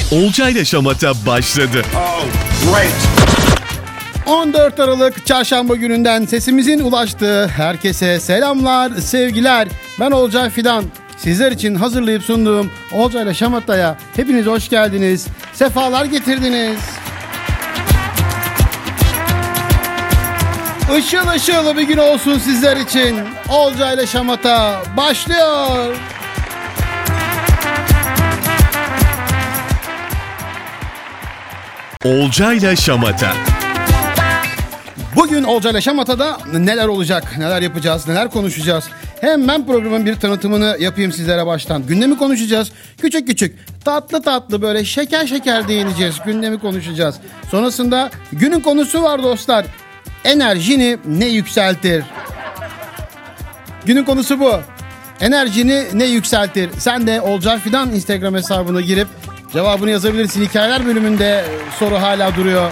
Olcayla Şamata başladı. Oh, great. 14 Aralık Çarşamba gününden sesimizin ulaştığı herkese selamlar, sevgiler. Ben Olcay Fidan. Sizler için hazırlayıp sunduğum Olcayla Şamata'ya hepiniz hoş geldiniz. Sefalar getirdiniz. Işıl ışıl bir gün olsun sizler için. Olcayla Şamata başlıyor. Olcayla Şamata. Bugün Olcayla Şamata'da neler olacak, neler yapacağız, neler konuşacağız. Hemen programın bir tanıtımını yapayım sizlere baştan. Gündemi konuşacağız. Küçük küçük, tatlı tatlı böyle şeker şeker değineceğiz. Gündemi konuşacağız. Sonrasında günün konusu var dostlar. Enerjini ne yükseltir? Günün konusu bu. Enerjini ne yükseltir? Sen de Olcay Fidan Instagram hesabına girip cevabını yazabilirsin. Hikayeler bölümünde soru hala duruyor.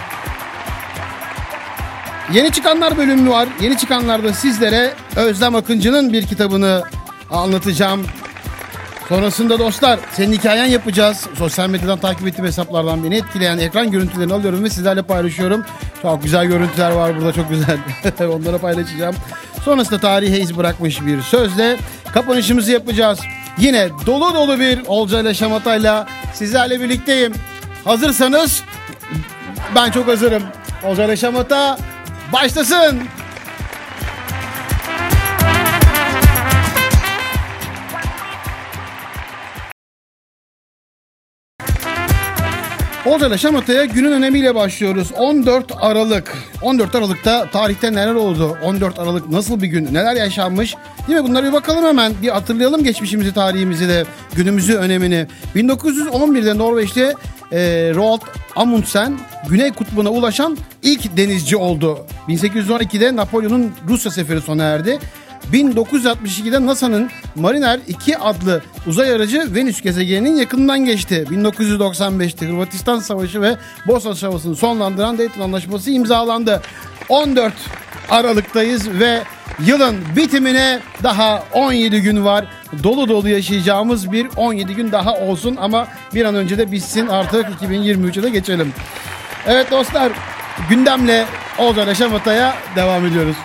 Yeni çıkanlar bölümü var. Yeni çıkanlarda sizlere Özlem Akıncı'nın bir kitabını anlatacağım. Sonrasında dostlar senin hikayen yapacağız. Sosyal medyadan takip ettiğim hesaplardan beni etkileyen ekran görüntülerini alıyorum ve sizlerle paylaşıyorum. Çok güzel görüntüler var burada, çok güzel. Onları paylaşacağım. Sonrasında tarihe iz bırakmış bir sözle kapanışımızı yapacağız. Yine dolu dolu bir Olcayla Şamata'yla sizlerle birlikteyim. Hazırsanız ben çok hazırım. Olcayla Şamata başlasın. Olcayla Şamata'ya günün önemiyle başlıyoruz. 14 Aralık. 14 Aralık'ta tarihte neler oldu? 14 Aralık nasıl bir gün? Neler yaşanmış? Değil mi? Bunları bir bakalım hemen. Bir hatırlayalım geçmişimizi, tarihimizi de, günümüzü, önemini. 1911'de Norveç'te Roald Amundsen Güney Kutbu'na ulaşan ilk denizci oldu. 1812'de Napolyon'un Rusya seferi sona erdi. 1962'de NASA'nın Mariner 2 adlı uzay aracı Venüs gezegeninin yakınından geçti. 1995'te Hırvatistan Savaşı ve Bosna Savaşı'nı sonlandıran Dayton Anlaşması imzalandı. 14 Aralık'tayız ve yılın bitimine daha 17 gün var. Dolu dolu yaşayacağımız bir 17 gün daha olsun ama bir an önce de bitsin, artık 2023'e de geçelim. Evet dostlar, gündemle Olcayla Şamata'ya devam ediyoruz.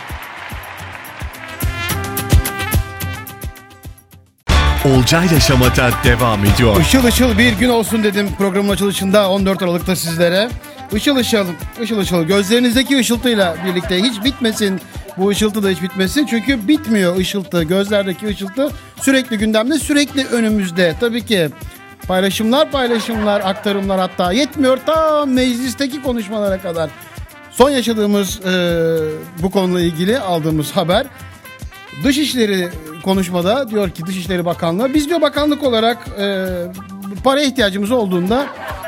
Olcayla Şamata devam ediyor. Işıl ışıl bir gün olsun dedim programın açılışında 14 Aralık'ta sizlere. Işıl ışıl, ışıl ışıl, gözlerinizdeki ışıltıyla birlikte hiç bitmesin. Bu ışıltı da hiç bitmesin çünkü bitmiyor ışıltı. Gözlerdeki ışıltı sürekli gündemde, sürekli önümüzde. Tabii ki paylaşımlar, aktarımlar, hatta yetmiyor ta meclisteki konuşmalara kadar. Son yaşadığımız bu konuyla ilgili aldığımız haber, Dışişleri konuşmada diyor ki Dışişleri Bakanlığı, biz diyor bakanlık olarak para ihtiyacımız olduğunda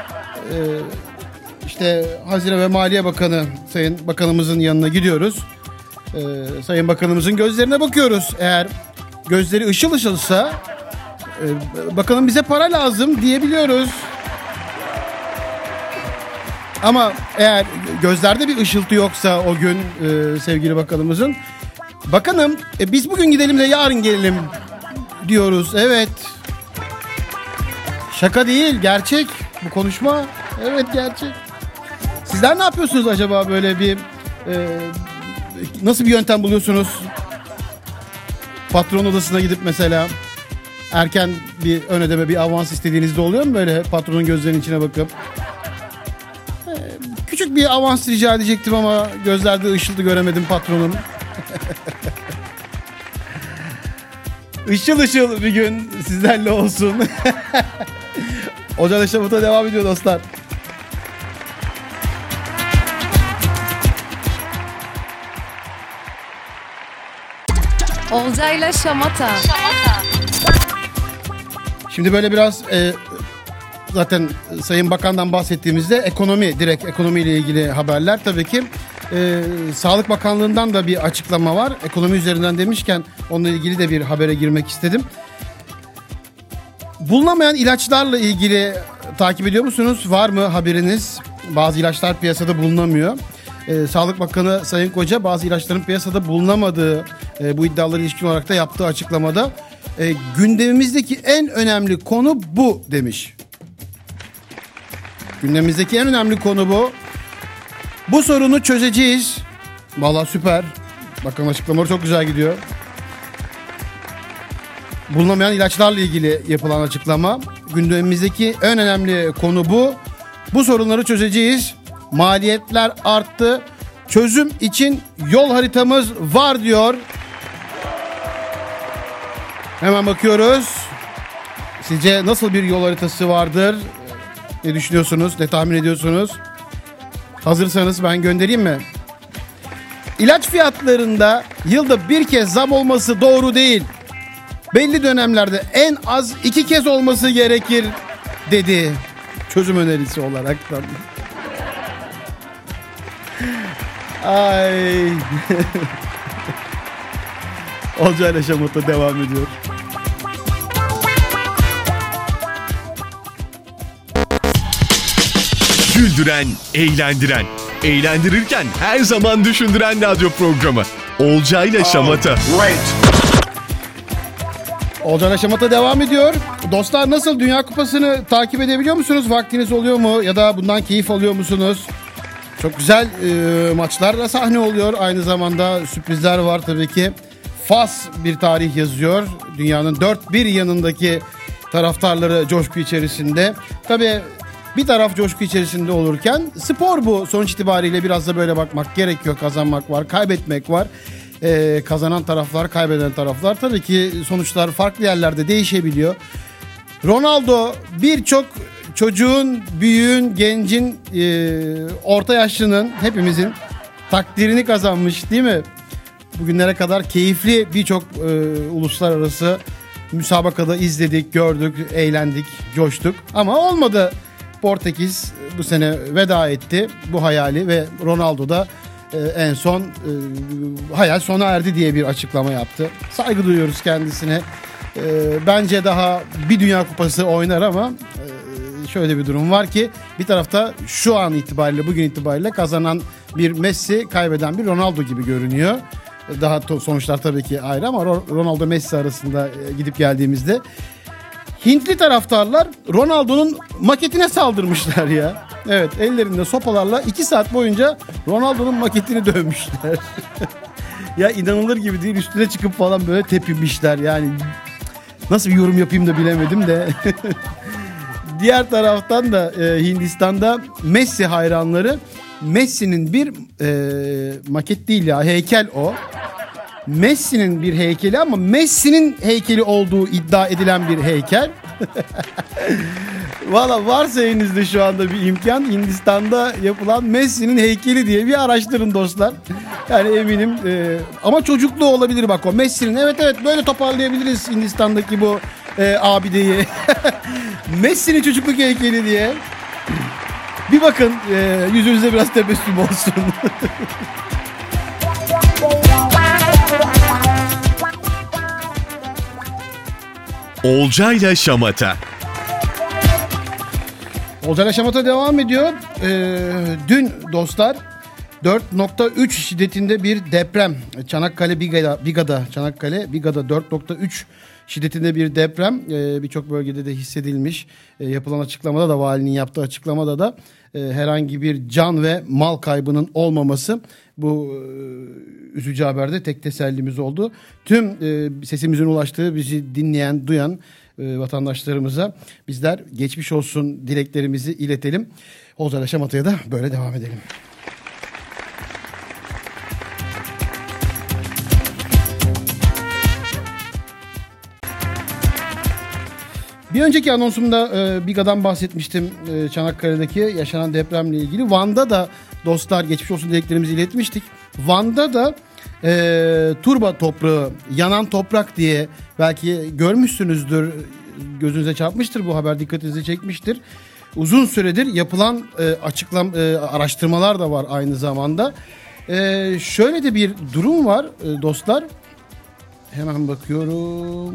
işte Hazine ve Maliye Bakanı Sayın Bakanımızın yanına gidiyoruz. Sayın Bakanımızın gözlerine bakıyoruz. Eğer gözleri ışıl ışılsa bakanım bize para lazım diyebiliyoruz. Ama eğer gözlerde bir ışıltı yoksa o gün sevgili bakanımızın, bakanım biz bugün gidelim de yarın gelelim diyoruz. Evet. Şaka değil, gerçek bu konuşma. Evet, gerçek. Sizler ne yapıyorsunuz acaba, böyle bir nasıl bir yöntem buluyorsunuz? Patron odasına gidip mesela erken bir ön ödeme, bir avans istediğinizde oluyor mu, böyle patronun gözlerinin içine bakıp? Küçük bir avans rica edecektim ama gözlerde ışıltı göremedim patronun. Işıl ışıl bir gün sizlerle olsun. Olcayla Şamata devam ediyor dostlar. Olcayla Şamata. Şimdi böyle biraz zaten Sayın Bakan'dan bahsettiğimizde direkt ekonomiyle ilgili haberler tabii ki. Sağlık Bakanlığı'ndan da bir açıklama var. Ekonomi üzerinden demişken onunla ilgili de bir habere girmek istedim. Bulunamayan ilaçlarla ilgili takip ediyor musunuz? Var mı haberiniz? Bazı ilaçlar piyasada bulunamıyor. Sağlık Bakanı Sayın Koca bazı ilaçların piyasada bulunamadığı bu iddialara ilişkin olarak da yaptığı açıklamada gündemimizdeki en önemli konu bu demiş. Gündemimizdeki en önemli konu bu. Bu sorunu çözeceğiz. Vallahi süper. Bakın açıklamaları çok güzel gidiyor. Bulunamayan ilaçlarla ilgili yapılan açıklama. Gündemimizdeki en önemli konu bu. Bu sorunları çözeceğiz. Maliyetler arttı. Çözüm için yol haritamız var diyor. Hemen bakıyoruz. Sizce nasıl bir yol haritası vardır? Ne düşünüyorsunuz? Ne tahmin ediyorsunuz? Hazırsanız ben göndereyim mi? İlaç fiyatlarında yılda bir kez zam olması doğru değil. Belli dönemlerde en az 2 kez olması gerekir dedi. Çözüm önerisi olaraktan. Ay. Olcayla Şamata devam ediyor. Güldüren, eğlendiren, eğlendirirken her zaman düşündüren radyo programı. Olcayla Şamata. Olcayla Şamata devam ediyor. Dostlar, nasıl, Dünya Kupası'nı takip edebiliyor musunuz? Vaktiniz oluyor mu? Ya da bundan keyif alıyor musunuz? Çok güzel maçlarla sahne oluyor. Aynı zamanda sürprizler var tabii ki. Fas bir tarih yazıyor. Dünyanın dört bir yanındaki taraftarları coşku içerisinde. Tabii bir taraf coşku içerisinde olurken spor bu. Sonuç itibariyle biraz da böyle bakmak gerekiyor. Kazanmak var, kaybetmek var. Kazanan taraflar, kaybeden taraflar. Tabii ki sonuçlar farklı yerlerde değişebiliyor. Ronaldo birçok çocuğun, büyüğün, gencin, orta yaşlının, hepimizin takdirini kazanmış değil mi? Bugünlere kadar keyifli birçok uluslararası müsabakada izledik, gördük, eğlendik, coştuk. Ama olmadı. Portekiz bu sene veda etti bu hayali ve Ronaldo da en son hayal sona erdi diye bir açıklama yaptı. Saygı duyuyoruz kendisine. Bence daha bir Dünya Kupası oynar ama şöyle bir durum var ki bir tarafta şu an itibariyle, bugün itibariyle kazanan bir Messi, kaybeden bir Ronaldo gibi görünüyor. Daha sonuçlar tabii ki ayrı ama Ronaldo Messi arasında gidip geldiğimizde Hintli taraftarlar Ronaldo'nun maketine saldırmışlar ya. Evet, ellerinde sopalarla 2 saat boyunca Ronaldo'nun maketini dövmüşler. Ya inanılır gibi değil, üstüne çıkıp falan böyle tepinmişler yani. Nasıl bir yorum yapayım da bilemedim de. Diğer taraftan da Hindistan'da Messi hayranları, Messi'nin bir maket değil ya, heykel o. Messi'nin bir heykeli ama Messi'nin heykeli olduğu iddia edilen bir heykel. Valla varsa elinizde şu anda bir imkan, Hindistan'da yapılan Messi'nin heykeli diye bir araştırın dostlar. Yani eminim ama çocukluğu olabilir bak o Messi'nin. Evet böyle toparlayabiliriz Hindistan'daki bu abideyi. Messi'nin çocukluk heykeli diye. Bir bakın, yüzünüze biraz tebessüm olsun. Olcayla Şamata. Olcayla Şamata devam ediyor. Dün dostlar 4.3 şiddetinde bir deprem. Çanakkale Biga'da 4.3 şiddetinde bir deprem. Birçok bölgede de hissedilmiş. Yapılan açıklamada da, valinin yaptığı açıklamada da herhangi bir can ve mal kaybının olmaması bu üzücü haberde tek tesellimiz oldu. Tüm sesimizin ulaştığı, bizi dinleyen, duyan vatandaşlarımıza bizler geçmiş olsun dileklerimizi iletelim. Olcayla Şamata'ya da böyle devam edelim. Bir önceki anonsumda Biga'dan bahsetmiştim, Çanakkale'deki yaşanan depremle ilgili. Van'da da dostlar geçmiş olsun dileklerimizi iletmiştik. Van'da da turba toprağı, yanan toprak diye belki görmüşsünüzdür, gözünüze çarpmıştır bu haber, dikkatinizi çekmiştir. Uzun süredir yapılan araştırmalar da var aynı zamanda. Şöyle de bir durum var dostlar. Hemen bakıyorum.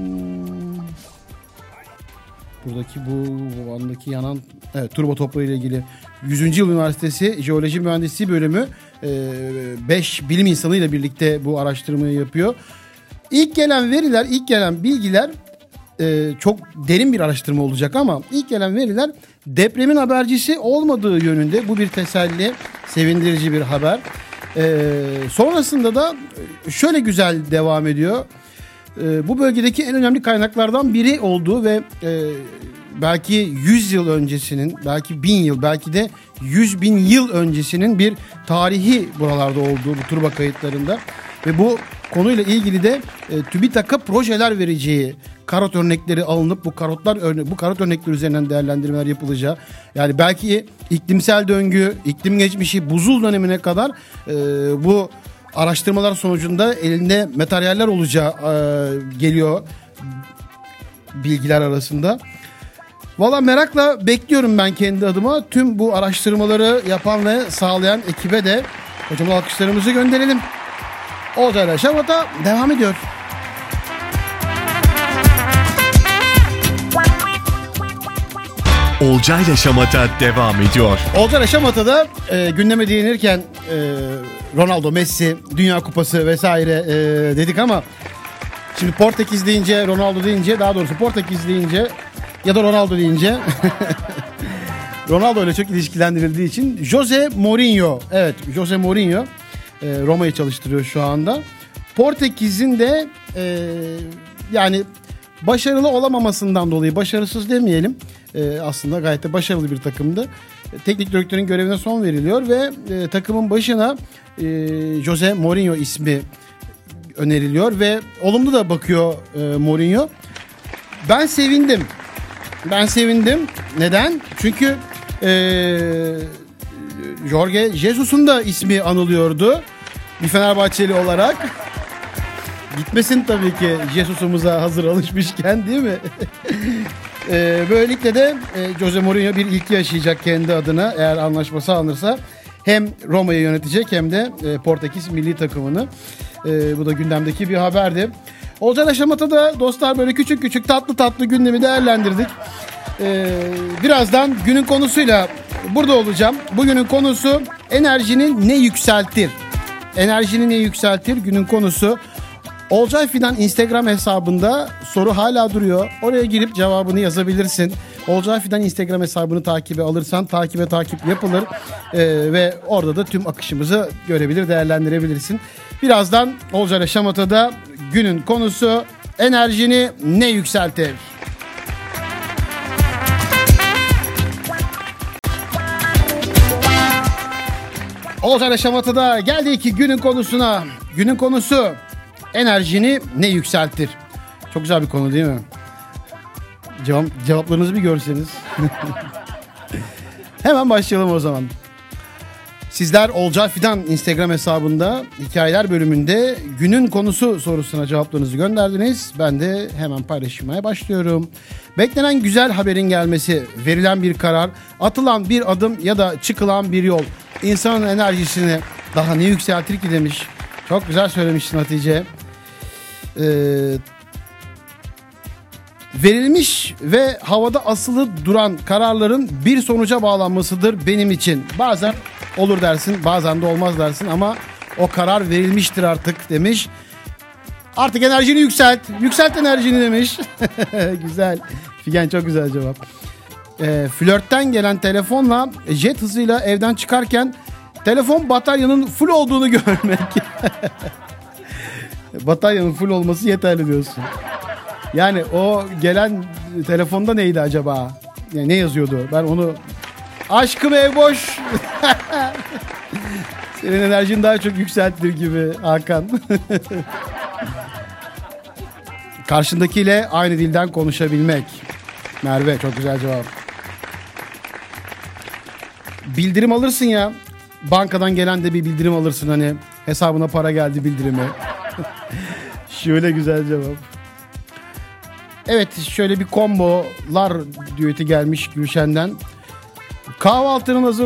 Buradaki bu Van'daki yanan turba toprağı ile ilgili 100. Yıl Üniversitesi Jeoloji Mühendisliği Bölümü 5 bilim insanı ile birlikte bu araştırmayı yapıyor. İlk gelen veriler, ilk gelen bilgiler çok derin bir araştırma olacak ama ilk gelen veriler depremin habercisi olmadığı yönünde. Bu bir teselli, sevindirici bir haber. Sonrasında da şöyle güzel devam ediyor. Bu bölgedeki en önemli kaynaklardan biri olduğu ve belki 100 yıl öncesinin, belki 1000 yıl, belki de 100.000 yıl öncesinin bir tarihi buralarda olduğu bu turba kayıtlarında. Ve bu konuyla ilgili de TÜBİTAK'a projeler vereceği, karot örnekleri alınıp bu karot örnekleri üzerinden değerlendirmeler yapılacağı, yani belki iklimsel döngü, iklim geçmişi, buzul dönemine kadar bu araştırmalar sonucunda elinde materyaller olacağı geliyor bilgiler arasında. Valla merakla bekliyorum ben kendi adıma. Tüm bu araştırmaları yapan ve sağlayan ekibe de kocaman alkışlarımızı gönderelim. Olcayla Şamata devam ediyor. Olcayla Şamata devam ediyor. Olcayla Şamata'da gündeme değinirken Ronaldo, Messi, Dünya Kupası vesaire dedik ama şimdi Portekiz deyince, Ronaldo deyince, daha doğrusu Portekiz deyince ya da Ronaldo deyince Ronaldo ile çok ilişkilendirildiği için Jose Mourinho. Evet, Jose Mourinho Roma'yı çalıştırıyor şu anda. Portekiz'in de yani başarılı olamamasından dolayı, başarısız demeyelim, aslında gayet de başarılı bir takımdı. Teknik direktörün görevine son veriliyor ve takımın başına Jose Mourinho ismi öneriliyor ve olumlu da bakıyor Mourinho. Ben sevindim. Neden? Çünkü Jorge Jesus'un da ismi anılıyordu bir Fenerbahçeli olarak. Gitmesin tabii ki Jesus'umuza hazır alışmışken, değil mi? Böylelikle de Jose Mourinho bir ilki yaşayacak kendi adına, eğer anlaşması alınırsa. Hem Roma'yı yönetecek hem de Portekiz milli takımını. Bu da gündemdeki bir haberdi. Olcayla Şamata'da dostlar böyle küçük küçük tatlı gündemi değerlendirdik. Birazdan günün konusuyla burada olacağım. Bugünün konusu enerjini ne yükseltir? Enerjini ne yükseltir? Günün konusu. Olcay Fidan Instagram hesabında soru hala duruyor. Oraya girip cevabını yazabilirsin. Olcay Fidan Instagram hesabını takibe alırsan takip yapılır. Ve orada da tüm akışımızı görebilir, değerlendirebilirsin. Birazdan Olcayla Şamata'da günün konusu enerjini ne yükseltir? Olcayla Şamata'da geldik günün konusuna. Günün konusu enerjini ne yükseltir? Çok güzel bir konu değil mi? Cevaplarınızı bir görseniz. Hemen başlayalım o zaman. Sizler Olcay Fidan Instagram hesabında hikayeler bölümünde günün konusu sorusuna cevaplarınızı gönderdiniz. Ben de hemen paylaşmaya başlıyorum. Beklenen güzel haberin gelmesi, verilen bir karar, atılan bir adım ya da çıkılan bir yol insanın enerjisini daha ne yükseltir ki demiş. Çok güzel söylemişsin Hatice. Verilmiş ve havada asılı duran kararların bir sonuca bağlanmasıdır benim için. Bazen olur dersin, bazen de olmaz dersin ama o karar verilmiştir artık demiş. Artık enerjini yükselt. Yükselt enerjini demiş. Güzel. Figen çok güzel cevap. Flörtten gelen telefonla jet hızıyla evden çıkarken telefon bataryanın full olduğunu görmek. Bataryanın full olması yeterli diyorsun. Yani o gelen telefonda neydi acaba? Yani ne yazıyordu? Ben onu... Aşkım ev boş. Senin enerjin daha çok yükseltir gibi Hakan. Karşındakiyle aynı dilden konuşabilmek. Merve çok güzel cevap. Bildirim alırsın ya. Bankadan gelen de bir bildirim alırsın, hani hesabına para geldi bildirimi. Şöyle güzel cevap. Evet, şöyle bir kombolar düeti gelmiş Gülşen'den. Kahvaltının hazır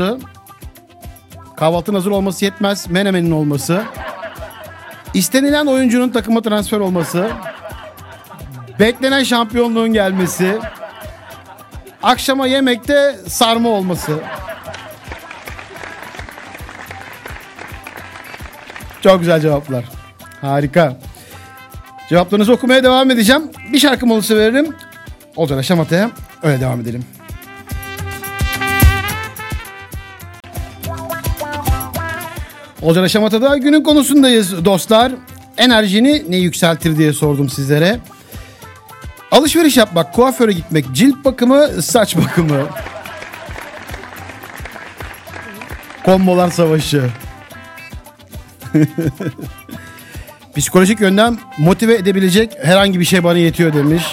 olması yetmez. Menemenin olması. İstenilen oyuncunun takıma transfer olması. Beklenen şampiyonluğun gelmesi. Akşama yemekte sarma olması. Çok güzel cevaplar. Harika. Cevaplarınızı okumaya devam edeceğim. Bir şarkı molası veririm. Olcay Şamata'ya öyle devam edelim. Olcay Şamata'da günün konusundayız dostlar. Enerjini ne yükseltir diye sordum sizlere. Alışveriş yapmak, kuaföre gitmek, cilt bakımı, saç bakımı. Kombolar savaşı. Psikolojik yönden motive edebilecek herhangi bir şey bana yetiyor demiş.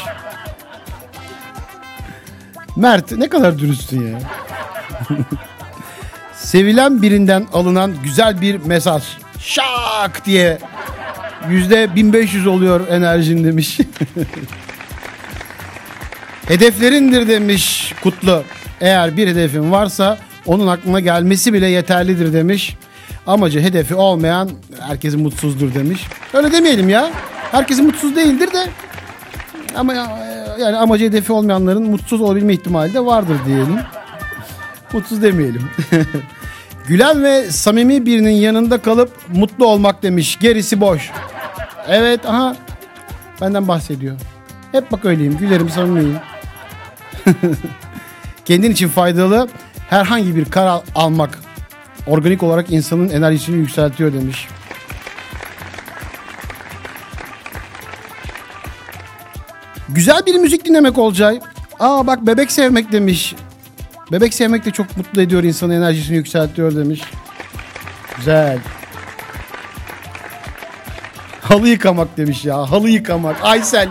Mert ne kadar dürüstsün ya. Sevilen birinden alınan güzel bir mesaj. Şak diye %1500 oluyor enerjin demiş. Hedeflerindir demiş Kutlu. Eğer bir hedefin varsa onun aklına gelmesi bile yeterlidir demiş. Amacı hedefi olmayan herkesin mutsuzdur demiş. Öyle demeyelim ya. Herkesin mutsuz değildir de. Ama yani amacı hedefi olmayanların mutsuz olabilme ihtimali de vardır diyelim. Mutsuz demeyelim. Gülen ve samimi birinin yanında kalıp mutlu olmak demiş. Gerisi boş. Evet, aha. Benden bahsediyor. Hep bak öyleyim. Gülerim, samimiyim. Kendin için faydalı herhangi bir karar almak organik olarak insanın enerjisini yükseltiyor demiş. Güzel bir müzik dinlemek Olcay. Aa bak bebek sevmek demiş. Bebek sevmek de çok mutlu ediyor insanın enerjisini yükseltiyor demiş. Güzel. Halı yıkamak demiş ya. Halı yıkamak. Aysel.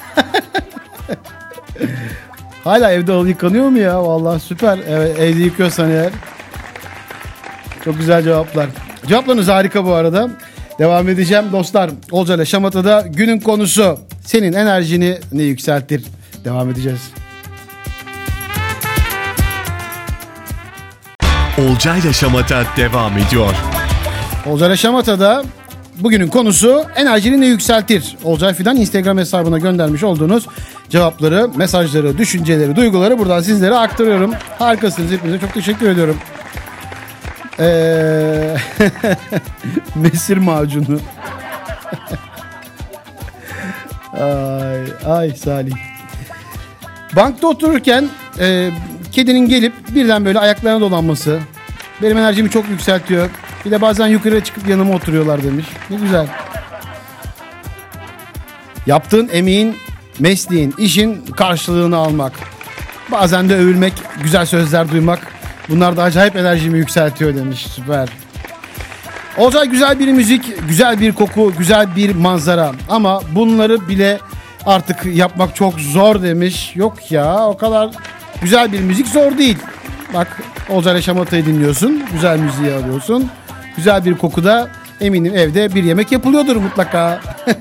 Hala evde halı yıkanıyor mu ya? Vallahi süper. Evet, evde yıkıyorsan eğer. Çok güzel cevaplar. Cevaplarınız harika bu arada. Devam edeceğim dostlar. Olcay'la Şamata'da günün konusu senin enerjini ne yükseltir? Devam edeceğiz. Olcay'la Şamata devam ediyor. Olcay'la Şamata'da bugünün konusu enerjini ne yükseltir? Olcay Fidan Instagram hesabına göndermiş olduğunuz cevapları, mesajları, düşünceleri, duyguları buradan sizlere aktarıyorum. Harikasınız, hepinize çok teşekkür ediyorum. Mesir macunu. ay Salih. Bankta otururken kedinin gelip birden böyle ayaklarına dolanması benim enerjimi çok yükseltiyor. Bir de bazen yukarıya çıkıp yanıma oturuyorlar demiş. Ne güzel. Yaptığın emeğin, mesleğin, işin karşılığını almak. Bazen de övülmek, güzel sözler duymak. Bunlar da acayip enerjimi yükseltiyor demiş. Süper. Olcay güzel bir müzik, güzel bir koku, güzel bir manzara. Ama bunları bile artık yapmak çok zor demiş. Yok ya, o kadar güzel bir müzik zor değil. Bak Olcay'la Şamata'yı dinliyorsun. Güzel müziği alıyorsun. Güzel bir kokuda eminim evde bir yemek yapılıyordur mutlaka.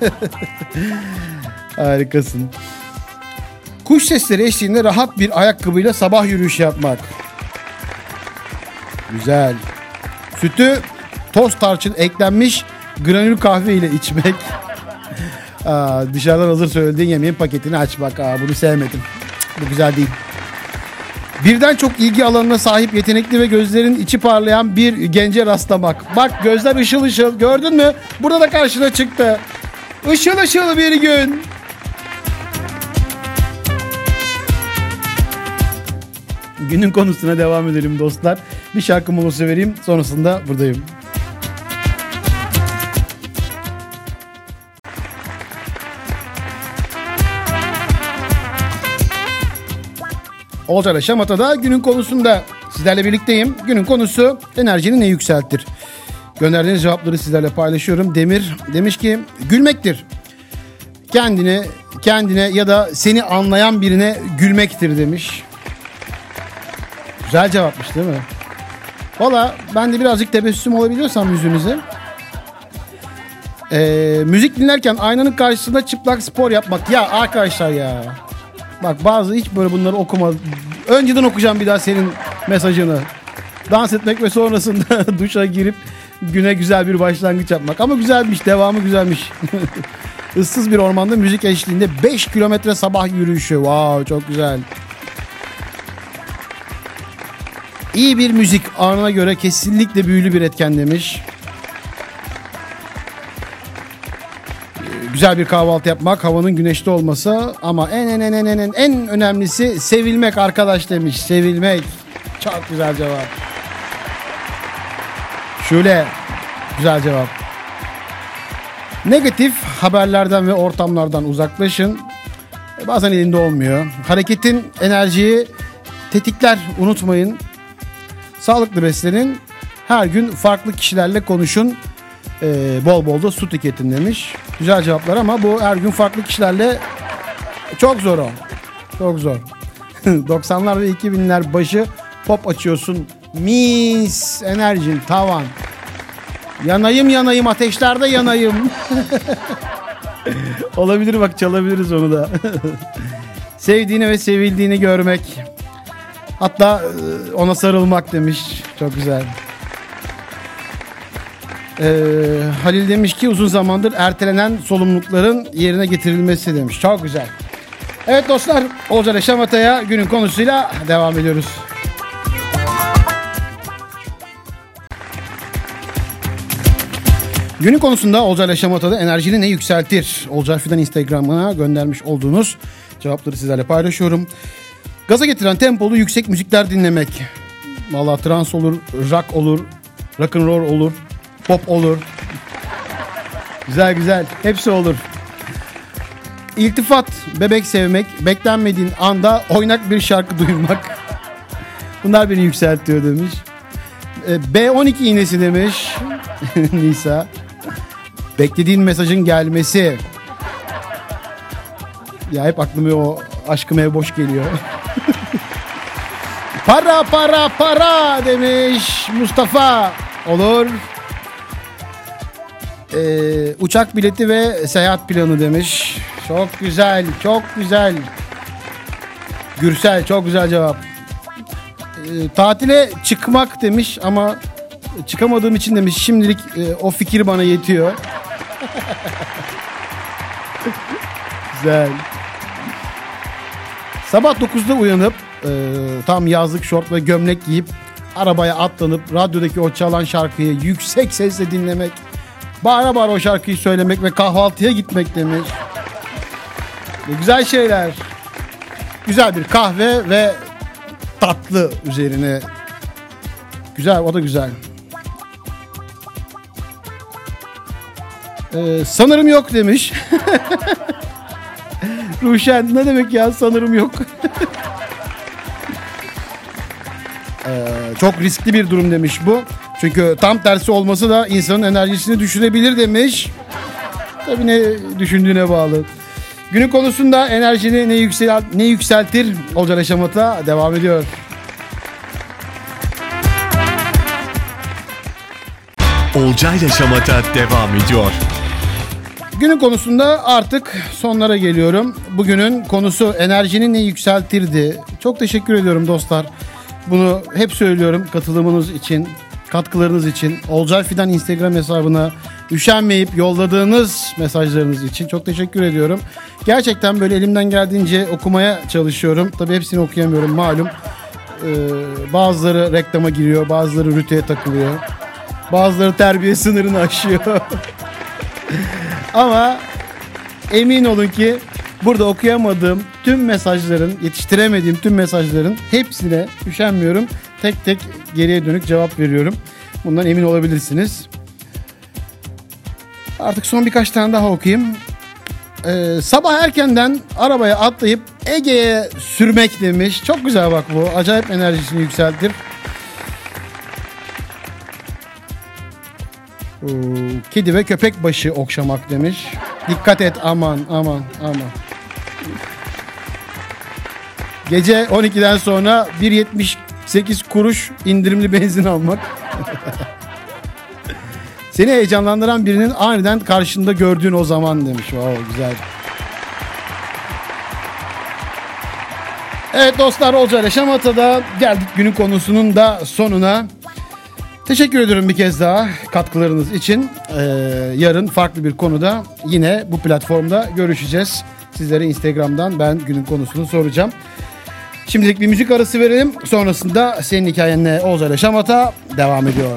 Harikasın. Kuş sesleri eşliğinde rahat bir ayakkabıyla sabah yürüyüşü yapmak. Güzel. Sütü toz tarçın eklenmiş granül kahve ile içmek. Dışarıdan hazır söylediğin yemeğin paketini açmak. Bunu sevmedim. Bu güzel değil. Birden çok ilgi alanına sahip yetenekli ve gözlerin içi parlayan bir gence rastlamak. Bak gözler ışıl ışıl. Gördün mü? Burada da karşına çıktı. Işıl ışıl bir gün. Günün konusuna devam edelim dostlar. Bir şarkı molası vereyim. Sonrasında buradayım. Olcay'la Şamata'da günün konusunda sizlerle birlikteyim. Günün konusu enerjini ne yükseltir? Gönderdiğiniz cevapları sizlerle paylaşıyorum. Demir demiş ki gülmektir. Kendine ya da seni anlayan birine gülmektir demiş. Güzel cevapmış değil mi? Valla ben de birazcık tebessüm olabiliyorsam yüzünüze. Müzik dinlerken aynanın karşısında çıplak spor yapmak. Ya arkadaşlar ya. Bak bazı hiç böyle bunları okuma. Önceden okuyacağım bir daha senin mesajını. Dans etmek ve sonrasında duşa girip güne güzel bir başlangıç yapmak. Ama güzelmiş, devamı güzelmiş. Issız bir ormanda müzik eşliğinde 5 kilometre sabah yürüyüşü. Wow, çok güzel. İyi bir müzik anına göre kesinlikle büyülü bir etken demiş. güzel bir kahvaltı yapmak, havanın güneşli olması ama en önemlisi sevilmek arkadaş demiş. Sevilmek. Çok güzel cevap. Şöyle güzel cevap. Negatif haberlerden ve ortamlardan uzaklaşın. Bazen elinde olmuyor. Hareketin enerjiyi tetikler, unutmayın. Sağlıklı beslenin. Her gün farklı kişilerle konuşun. Bol bol da su tüketin demiş. Güzel cevaplar ama bu her gün farklı kişilerle çok zor o. Çok zor. 90'lar ve 2000'ler başı pop açıyorsun. Mis, enerjin tavan. Yanayım ateşlerde yanayım. Olabilir, bak çalabiliriz onu da. Sevdiğini ve sevildiğini görmek. Hatta ona sarılmak demiş. Çok güzel. Halil demiş ki uzun zamandır ertelenen sorumlulukların yerine getirilmesi demiş. Çok güzel. Evet dostlar, Olcay Şamata'ya günün konusuyla devam ediyoruz. Günün konusunda Olcay Şamata'da enerjini ne yükseltir? Olcay Fidan Instagram'ına göndermiş olduğunuz cevapları sizlerle paylaşıyorum. Gaza getiren tempolu yüksek müzikler dinlemek. Vallahi trans olur, rock olur, rock'n'roll olur, pop olur. Güzel, hepsi olur. İltifat, bebek sevmek, beklenmediğin anda oynak bir şarkı duymak. Bunlar beni yükseltiyor demiş. B12 iğnesi demiş Nisa. Beklediğin mesajın gelmesi. Ya hep aklıma o aşkım ev boş geliyor. Para demiş Mustafa. Olur. Uçak bileti ve seyahat planı demiş. Çok güzel. Gürsel, çok güzel cevap. Tatile çıkmak demiş ama çıkamadığım için demiş şimdilik o fikir bana yetiyor. Güzel. Sabah 9'da uyanıp tam yazlık şort ve gömlek giyip arabaya atlanıp radyodaki o çalan şarkıyı yüksek sesle dinlemek, bağıra bağıra o şarkıyı söylemek ve kahvaltıya gitmek demiş. Güzel şeyler. Güzel bir kahve ve tatlı üzerine. Güzel, o da güzel. Sanırım yok demiş. Ruşen, ne demek ya sanırım yok. Çok riskli bir durum demiş bu. Çünkü tam tersi olması da insanın enerjisini düşürebilir demiş. Tabii ne düşündüğüne bağlı. Günün konusunda enerjini ne yükseltir? Olcay Şamata devam ediyor. Olcay Şamata devam ediyor. Günün konusunda artık sonlara geliyorum. Bugünün konusu enerjini ne yükseltirdi? Çok teşekkür ediyorum dostlar. Bunu hep söylüyorum katılımınız için, katkılarınız için. Olcay Fidan Instagram hesabına üşenmeyip yolladığınız mesajlarınız için çok teşekkür ediyorum. Gerçekten böyle elimden geldiğince okumaya çalışıyorum. Tabii hepsini okuyamıyorum malum. Bazıları reklama giriyor, bazıları rütüye takılıyor. Bazıları terbiye sınırını aşıyor. Ama emin olun ki burada okuyamadığım tüm mesajların, yetiştiremediğim tüm mesajların hepsine üşenmiyorum. Tek tek geriye dönük cevap veriyorum. Bundan emin olabilirsiniz. Artık son birkaç tane daha okuyayım. Sabah erkenden arabaya atlayıp Ege'ye sürmek demiş. Çok güzel bak bu. Acayip enerjisini yükseltir. Kedi ve köpek başı okşamak demiş. Dikkat et, aman. Gece 12'den sonra 1.78 kuruş indirimli benzin almak. Seni heyecanlandıran birinin aniden karşında gördüğün o zaman demiş. Wow, güzel. Evet dostlar, Olcay Şamata'da geldik günün konusunun da sonuna. Teşekkür ediyorum bir kez daha katkılarınız için. Yarın farklı bir konuda yine bu platformda görüşeceğiz. Sizlere Instagram'dan ben günün konusunu soracağım. Şimdilik bir müzik arası verelim. Sonrasında senin hikayenle Olcay Şamata devam ediyor.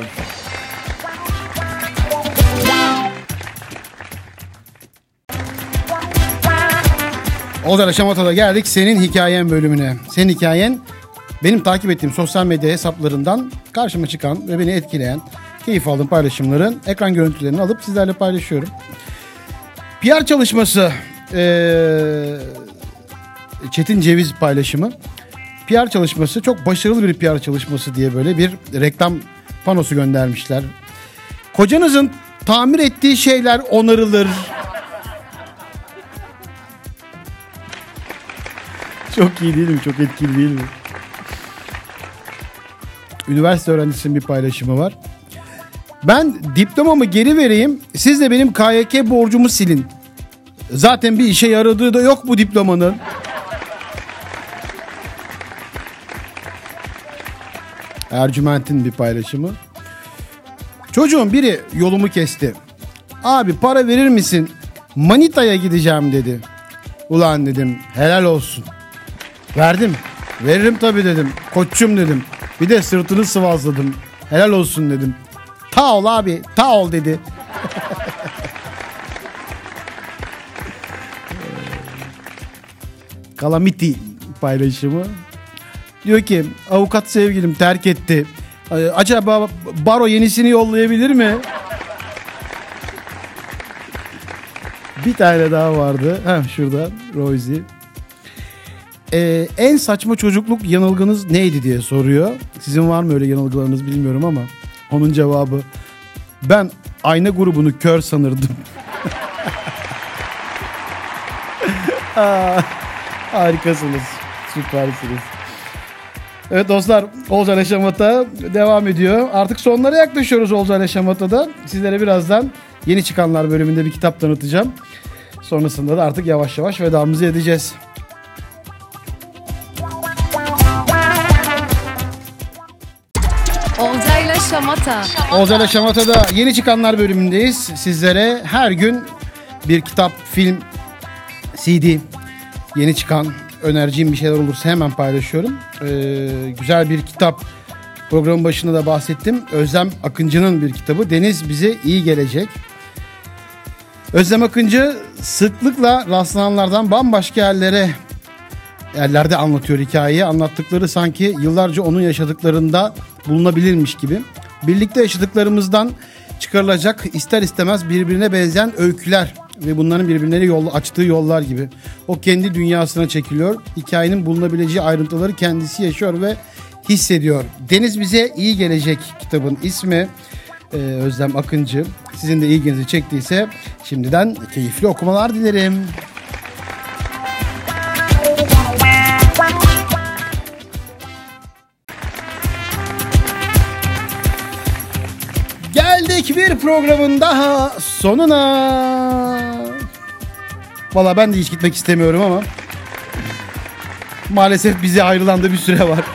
Ozan Şamata'da geldik senin hikayen bölümüne. Senin hikayen benim takip ettiğim sosyal medya hesaplarından karşıma çıkan ve beni etkileyen, keyif aldığım paylaşımların ekran görüntülerini alıp sizlerle paylaşıyorum. PR çalışması, Çetin Ceviz paylaşımı. PR çalışması, çok başarılı bir PR çalışması diye böyle bir reklam panosu göndermişler. Kocanızın tamir ettiği şeyler onarılır. Çok iyi değil mi? Çok etkili değil mi? Üniversite öğrencisinin bir paylaşımı var. Ben diplomamı geri vereyim, siz de benim KYK borcumu silin. Zaten bir işe yaradığı da yok bu diplomanın. Ercüment'in bir paylaşımı. Çocuğun biri yolumu kesti. Abi para verir misin? Manita'ya gideceğim dedi. Ulan dedim, helal olsun. Verdim. Veririm tabii dedim. Koçum dedim. Bir de sırtını sıvazladım. Helal olsun dedim. Ta ol abi, ta ol dedi. Calamity paylaşımı. Diyor ki avukat sevgilim terk etti. Acaba baro yenisini yollayabilir mi? Bir tane daha vardı. Şurada Rosie. En saçma çocukluk yanılgınız neydi diye soruyor. Sizin var mı öyle yanılgılarınız bilmiyorum ama onun cevabı ben ayna grubunu kör sanırdım. Harikasınız. Süpersiniz. Evet dostlar, Ozan Şamata devam ediyor. Artık sonlara yaklaşıyoruz Ozan Şamata'da. Sizlere birazdan Yeni Çıkanlar bölümünde bir kitap tanıtacağım. Sonrasında da artık yavaş yavaş vedamızı edeceğiz. Olcayla Şamata. Olcayla Şamata'da Yeni Çıkanlar bölümündeyiz. Sizlere her gün bir kitap, film, CD, yeni çıkan, önereceğim bir şeyler olursa hemen paylaşıyorum. Güzel bir kitap, programın başında da bahsettim. Özlem Akıncı'nın bir kitabı Deniz Bize İyi Gelecek. Özlem Akıncı sıklıkla rastlananlardan bambaşka yerlerde anlatıyor hikayeyi. Anlattıkları sanki yıllarca onun yaşadıklarında bulunabilirmiş gibi. Birlikte yaşadıklarımızdan çıkarılacak ister istemez birbirine benzeyen öyküler ve bunların birbirlerine açtığı yollar gibi. O kendi dünyasına çekiliyor. Hikayenin bulunabileceği ayrıntıları kendisi yaşıyor ve hissediyor. Deniz Bize İyi Gelecek kitabın ismi. Özlem Akıncı. Sizin de ilginizi çektiyse şimdiden keyifli okumalar dilerim. Geldik bir programın daha sonuna. Valla ben de hiç gitmek istemiyorum ama maalesef bize ayrılan da bir süre var.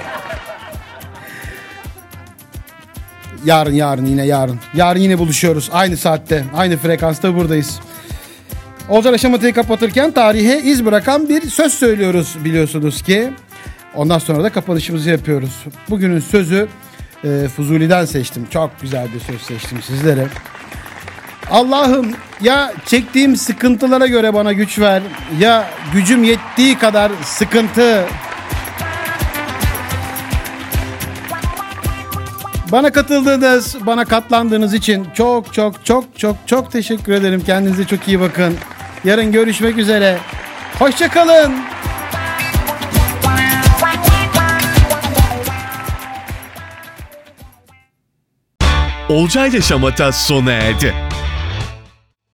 Yarın yine yarın. Yarın yine buluşuyoruz. Aynı saatte, aynı frekansta buradayız. Ozan Şamata'yı kapatırken tarihe iz bırakan bir söz söylüyoruz biliyorsunuz ki. Ondan sonra da kapanışımızı yapıyoruz. Bugünün sözü Fuzuli'den seçtim. Çok güzel bir söz seçtim sizlere. Allah'ım ya çektiğim sıkıntılara göre bana güç ver, ya gücüm yettiği kadar sıkıntı. Bana katıldığınız, bana katlandığınız için çok teşekkür ederim. Kendinize çok iyi bakın. Yarın görüşmek üzere. Hoşça kalın. Olcayla Şamata sona erdi.